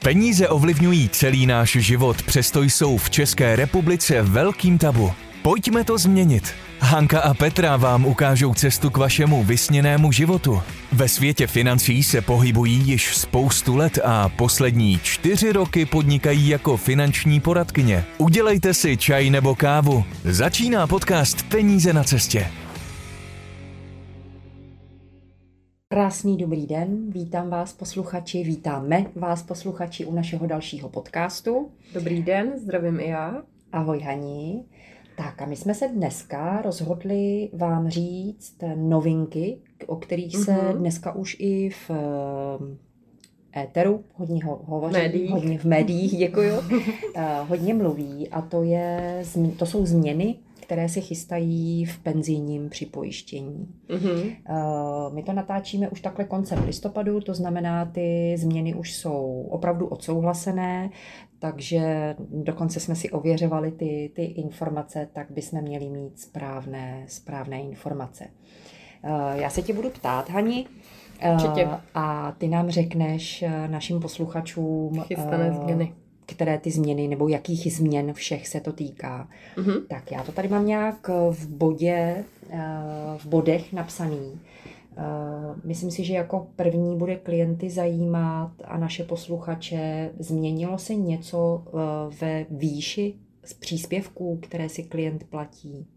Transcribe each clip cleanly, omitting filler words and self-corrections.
Peníze ovlivňují celý náš život, přesto jsou v České republice velkým tabu. Pojďme to změnit. Hanka a Petra vám ukážou cestu k vašemu vysněnému životu. Ve světě financí se pohybují již spoustu let a poslední 4 roky podnikají jako finanční poradkyně. Udělejte si čaj nebo kávu. Začíná podcast Peníze na cestě. Krásný dobrý den, vítáme vás posluchači u našeho dalšího podcastu. Dobrý den, zdravím i já. Ahoj Hani. Tak a my jsme se dneska rozhodli vám říct novinky, o kterých se dneska už i v éteru hodně hovoří, hodně v médiích, děkuju, hodně mluví a to jsou změny, které se chystají v penzijním připojištění. My to natáčíme už takhle koncem listopadu, to znamená, ty změny už jsou opravdu odsouhlasené, takže dokonce jsme si ověřovali ty informace, tak bychom měli mít správné informace. Já se tě budu ptát, Hani, a ty nám řekneš našim posluchačům chystané změny. Které ty změny, nebo jakých změn všech se to týká. Tak já to tady mám nějak v bodech napsaný. Myslím si, že jako první bude klienty zajímat a naše posluchače, změnilo se něco ve výši z příspěvků, které si klient platí?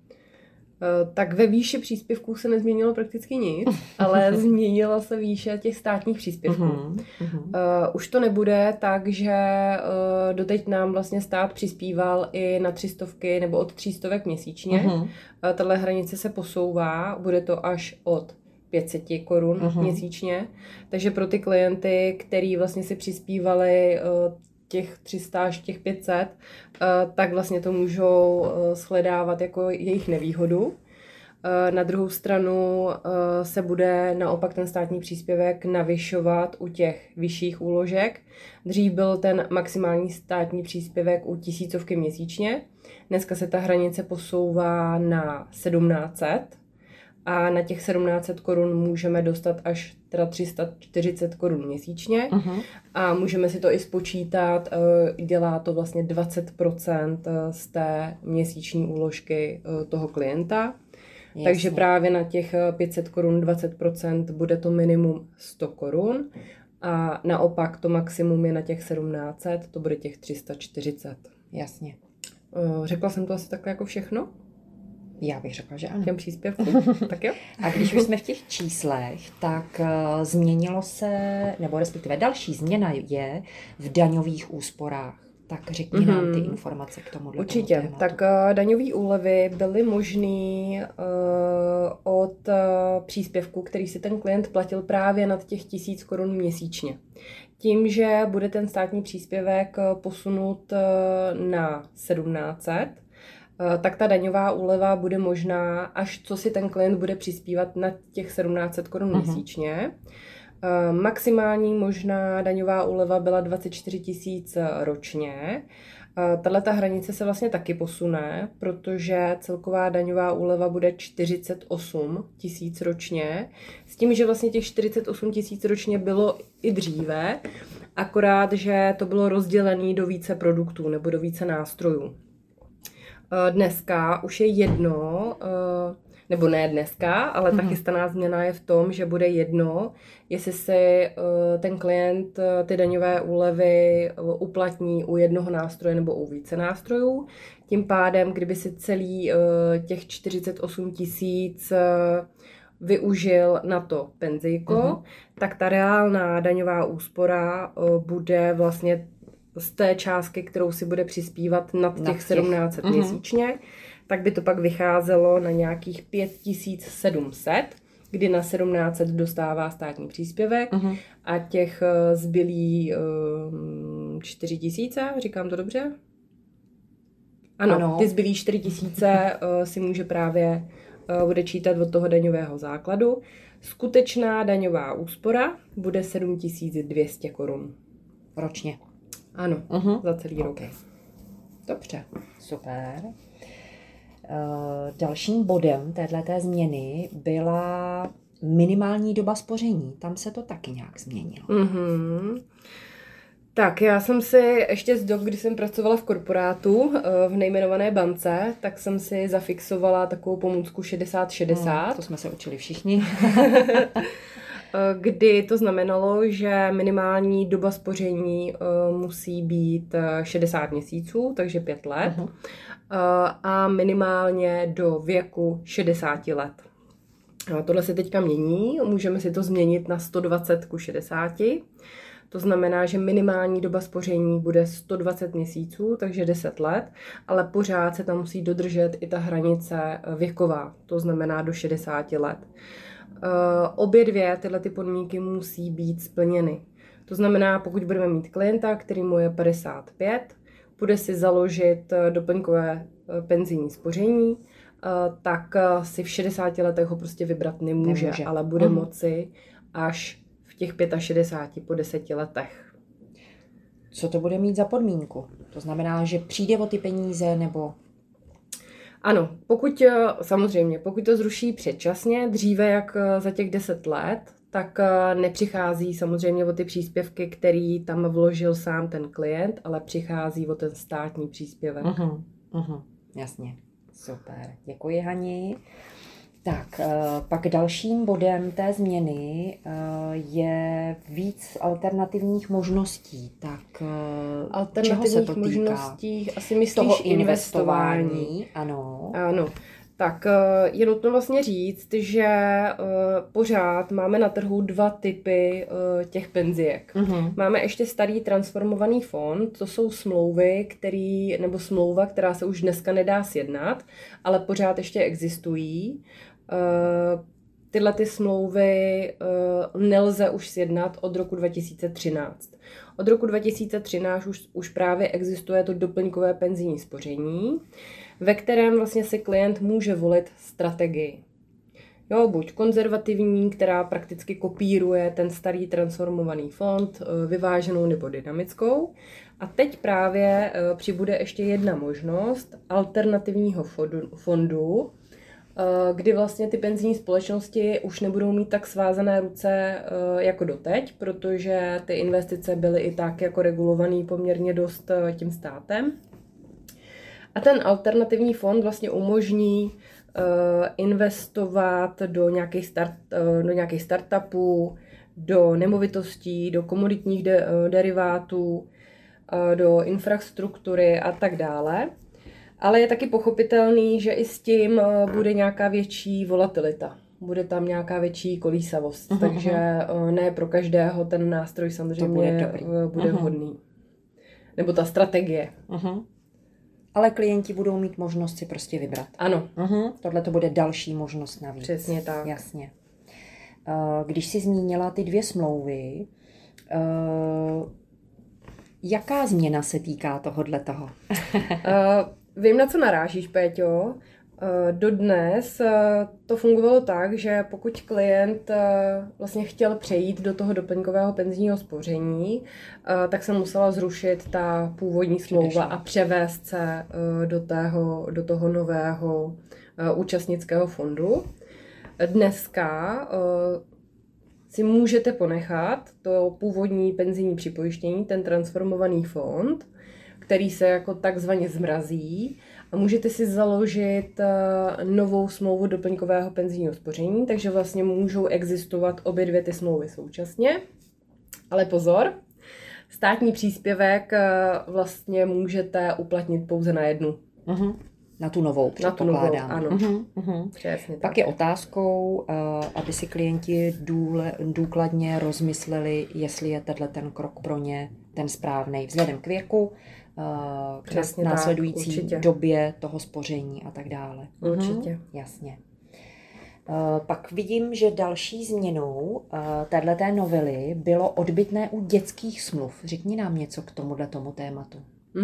Tak ve výši příspěvků se nezměnilo prakticky nic, ale změnila se výše těch státních příspěvků. Už to nebude tak, že doteď nám vlastně stát přispíval i na 300 nebo od 300 měsíčně. Tahle hranice se posouvá, bude to až od 500 korun měsíčně. Takže pro ty klienty, který vlastně si přispívali těch 300 až těch 500, tak vlastně to můžou shledávat jako jejich nevýhodu. Na druhou stranu se bude naopak ten státní příspěvek navyšovat u těch vyšších úložek. Dřív byl ten maximální státní příspěvek u 1000 měsíčně. Dneska se ta hranice posouvá na 1700 a na těch 1700 korun můžeme dostat až teda 340 korun měsíčně a můžeme si to i spočítat, dělá to vlastně 20% z té měsíční úložky toho klienta. Jasně. Takže právě na těch 500 korun 20% bude to minimum 100 korun a naopak to maximum je na těch 1700, to bude těch 340. Jasně. Řekla jsem to asi takhle jako všechno? Já bych řekla, že ano. Těm příspěvkům. Tak jo. A když už jsme v těch číslech, tak změnilo se, nebo respektive další změna je v daňových úsporách. Tak řekni nám ty informace k tomuhle. Určitě. Tak daňové úlevy byly možný od příspěvku, který si ten klient platil právě nad těch 1000 korun měsíčně. Tím, že bude ten státní příspěvek posunut na 1700, tak ta daňová úleva bude možná, až co si ten klient bude přispívat na těch 1700 korun měsíčně. Maximální možná daňová úleva byla 24 000 ročně. Tato hranice se vlastně taky posune, protože celková daňová úleva bude 48 000 ročně. S tím, že vlastně těch 48 000 ročně bylo i dříve, akorát, že to bylo rozdělené do více produktů nebo do více nástrojů. Dneska už je jedno, nebo ne dneska, ale ta chystaná změna je v tom, že bude jedno, jestli si ten klient ty daňové úlevy uplatní u jednoho nástroje nebo u více nástrojů. Tím pádem, kdyby si celý těch 48 000 využil na to penzijko, tak ta reálná daňová úspora bude vlastně z té částky, kterou si bude přispívat nad těch 1700 měsíčně, tak by to pak vycházelo na nějakých 5700, kdy na 1700 dostává státní příspěvek a těch zbylý 4000, říkám to dobře? Ano. Ty zbylý 4000 si může právě odečítat od toho daňového základu. Skutečná daňová úspora bude 7200 korun. Ročně. Ano, za celý rok. Okay. Dobře, super. Dalším bodem téhleté změny byla minimální doba spoření. Tam se to taky nějak změnilo. Tak, já jsem si ještě z dob, kdy jsem pracovala v korporátu v nejmenované bance, tak jsem si zafixovala takovou pomůcku 60-60. To jsme se učili všichni. Kdy to znamenalo, že minimální doba spoření musí být 60 měsíců, takže 5 let, a minimálně do věku 60 let. Tohle se teďka mění, můžeme si to změnit na 120:60. To znamená, že minimální doba spoření bude 120 měsíců, takže 10 let, ale pořád se tam musí dodržet i ta hranice věková, to znamená do 60 let. Obě dvě tyhle ty podmínky musí být splněny. To znamená, pokud budeme mít klienta, který mu je 55, bude si založit doplňkové penzijní spoření, tak si v 60 letech ho prostě vybrat nemůže. Ale bude moci až v těch 65 po 10 letech. Co to bude mít za podmínku? To znamená, že přijde o ty peníze nebo... Ano, samozřejmě, pokud to zruší předčasně, dříve jak za těch 10 let, tak nepřichází samozřejmě o ty příspěvky, který tam vložil sám ten klient, ale přichází o ten státní příspěvek. Jasně, super. Děkuji, Hani. Tak, pak dalším bodem té změny je víc alternativních možností. Tak čeho se to týká? Možností asi myslíš toho investování. Ano. Ano. Tak je nutno vlastně říct, že pořád máme na trhu 2 typy těch penzijek. Máme ještě starý transformovaný fond, to jsou smlouvy, nebo smlouva, která se už dneska nedá sjednat, ale pořád ještě existují. Tyhle ty smlouvy nelze už sjednat od roku 2013. Od roku 2013 už právě existuje to doplňkové penzijní spoření, ve kterém vlastně si klient může volit strategii. Jo, buď konzervativní, která prakticky kopíruje ten starý transformovaný fond, vyváženou nebo dynamickou. A teď právě přibude ještě jedna možnost alternativního fondu, kdy vlastně ty penzijní společnosti už nebudou mít tak svázané ruce jako doteď, protože ty investice byly i tak jako regulovaný poměrně dost tím státem. A ten alternativní fond vlastně umožní investovat do nějakých startupů, do nemovitostí, do komoditních derivátů, do infrastruktury a tak dále. Ale je taky pochopitelný, že i s tím bude nějaká větší volatilita. Bude tam nějaká větší kolísavost, takže ne pro každého ten nástroj samozřejmě bude vhodný. Nebo ta strategie. Ale klienti budou mít možnost si prostě vybrat. Ano. Tohle to bude další možnost navíc. Přesně tak. Jasně. Když jsi zmínila ty 2 smlouvy, jaká změna se týká tohoto? Vím, na co narážíš, Péťo. Dodnes to fungovalo tak, že pokud klient vlastně chtěl přejít do toho doplňkového penzijního spoření, tak se musela zrušit ta původní smlouva a převést se do toho nového účastnického fondu. Dneska si můžete ponechat to původní penzijní připojištění, ten transformovaný fond, který se jako takzvaně zmrazí, a můžete si založit novou smlouvu doplňkového penzijního spoření, takže vlastně můžou existovat obě dvě ty smlouvy současně. Ale pozor, státní příspěvek vlastně můžete uplatnit pouze na jednu. Na tu novou, předpokládám. Ano. Přesně tak. Pak je otázkou, aby si klienti důkladně rozmysleli, jestli je ten krok pro ně ten správný vzhledem k věku, k následující době toho spoření a tak dále. Určitě. Jasně. Pak vidím, že další změnou téhleté novely bylo odbytné u dětských smluv. Řekni nám něco k tomu tématu.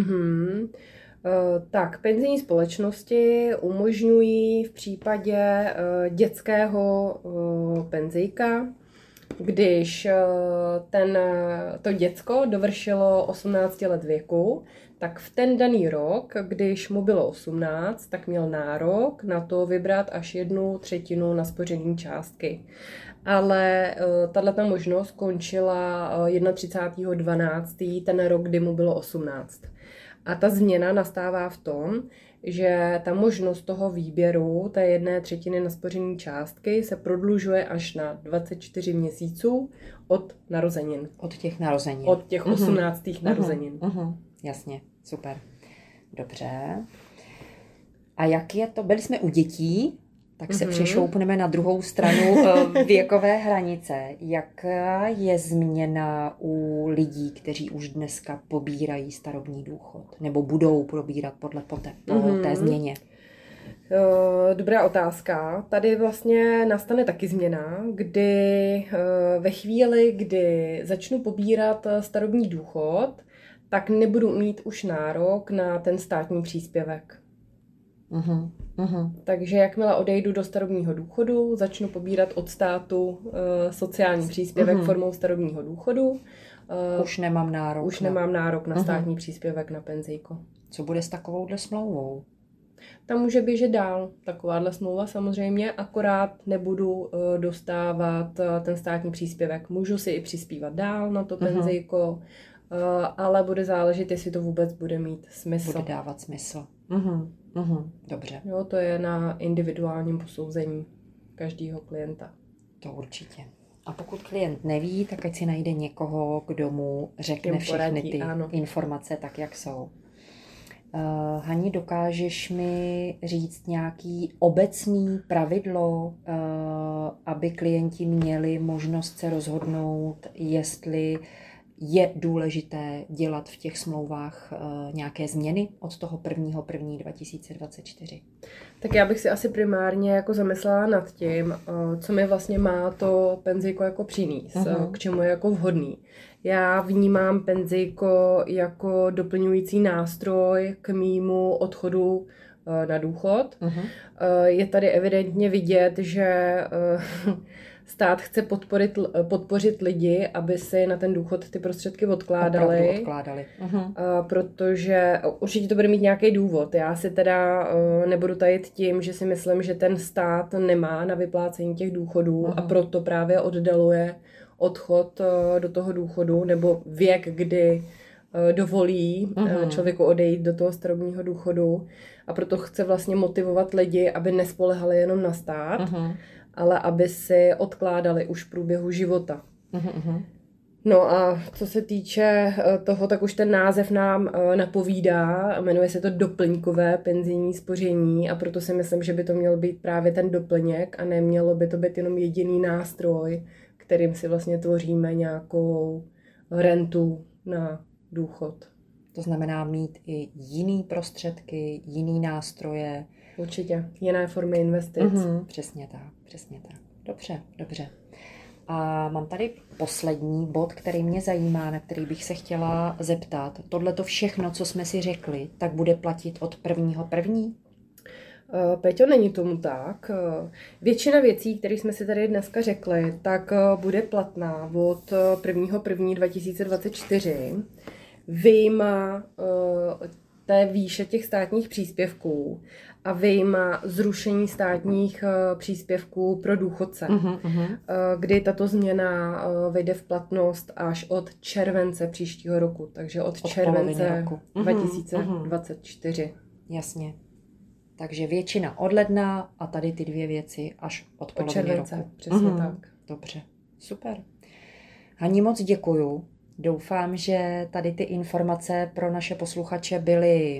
Tak, penzijní společnosti umožňují v případě dětského penzijka když to děcko dovršilo 18 let věku, tak v ten daný rok, když mu bylo 18, tak měl nárok na to vybrat až 1/3 naspořené částky. Ale tato možnost končila 31.12., ten rok, kdy mu bylo 18. A ta změna nastává v tom, že ta možnost toho výběru té 1/3 naspořené částky se prodlužuje až na 24 měsíců od narozenin. Od těch narozenin. Od těch 18. narozenin. Jasně, super. Dobře. A jak je to? Byli jsme u dětí, tak se přešoupneme na druhou stranu věkové hranice. Jaká je změna u lidí, kteří už dneska pobírají starobní důchod? Nebo budou probírat po té změně? Dobrá otázka. Tady vlastně nastane taky změna, kdy ve chvíli, kdy začnu pobírat starobní důchod, tak nebudu mít už nárok na ten státní příspěvek. Takže jakmile odejdu do starobního důchodu, začnu pobírat od státu sociální příspěvek formou starobního důchodu. Už nemám nárok. Nemám nárok na státní příspěvek na penzijko. Co bude s takovouhle smlouvou? Tam může běžet dál takováhle smlouva samozřejmě, akorát nebudu dostávat ten státní příspěvek. Můžu si i přispívat dál na to penzijko, ale bude záležet, jestli to vůbec bude mít smysl. Bude dávat smysl. Dobře. Jo, to je na individuálním posouzení každého klienta. To určitě. A pokud klient neví, tak ať si najde někoho, kdo mu řekne všechny ty informace tak, jak jsou. Hani, dokážeš mi říct nějaký obecný pravidlo, aby klienti měli možnost se rozhodnout, jestli je důležité dělat v těch smlouvách nějaké změny od toho 1.1.2024? Tak já bych si asi primárně jako zamyslela nad tím, co mi vlastně má to penzijko jako přinést, k čemu je jako vhodný. Já vnímám penzijko jako doplňující nástroj k mému odchodu na důchod. Je tady evidentně vidět, že stát chce podpořit lidi, aby si na ten důchod ty prostředky odkládali. Protože určitě to bude mít nějaký důvod. Já si teda nebudu tajit tím, že si myslím, že ten stát nemá na vyplácení těch důchodů a proto právě oddaluje odchod do toho důchodu nebo věk, kdy dovolí člověku odejít do toho starobního důchodu, a proto chce vlastně motivovat lidi, aby nespolehali jenom na stát, ale aby si odkládali už v průběhu života. No a co se týče toho, tak už ten název nám napovídá, jmenuje se to doplňkové penzijní spoření, a proto si myslím, že by to měl být právě ten doplněk a nemělo by to být jenom jediný nástroj, kterým si vlastně tvoříme nějakou rentu na důchod. To znamená mít i jiný prostředky, jiný nástroje. Určitě, jiné formy investic. Přesně tak. Dobře. A mám tady poslední bod, který mě zajímá, na který bych se chtěla zeptat. Tohleto všechno, co jsme si řekli, tak bude platit od 1.1.? Peťo, není tomu tak. Většina věcí, které jsme si tady dneska řekli, tak bude platná od 1.1.2024. Vyjma té výše těch státních příspěvků a vyjma zrušení státních příspěvků pro důchodce, kdy tato změna vejde v platnost až od července příštího roku, takže od července roku 2024. Jasně. Takže většina od ledna a tady ty dvě věci až od poloviny roku. Přesně tak. Dobře, super. Hani, moc děkuju. Doufám, že tady ty informace pro naše posluchače byly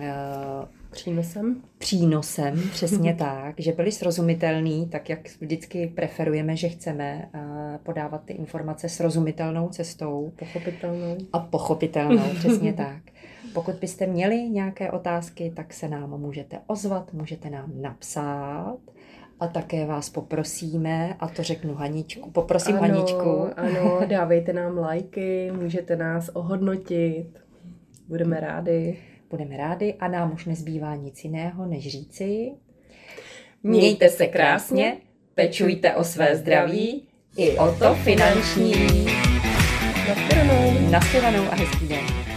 přínosem, přesně tak, že byly srozumitelný, tak jak vždycky preferujeme, že chceme podávat ty informace srozumitelnou cestou. Pochopitelnou, přesně tak. Pokud byste měli nějaké otázky, tak se nám můžete ozvat, můžete nám napsat. A také vás poprosíme, a to řeknu Haničku, Haničku. Ano, dávejte nám lajky, můžete nás ohodnotit, budeme rádi. A nám už nezbývá nic jiného, než říci: mějte se krásně, pečujte o své zdraví, i o to finanční. Nashledanou. Nashledanou a hezký den.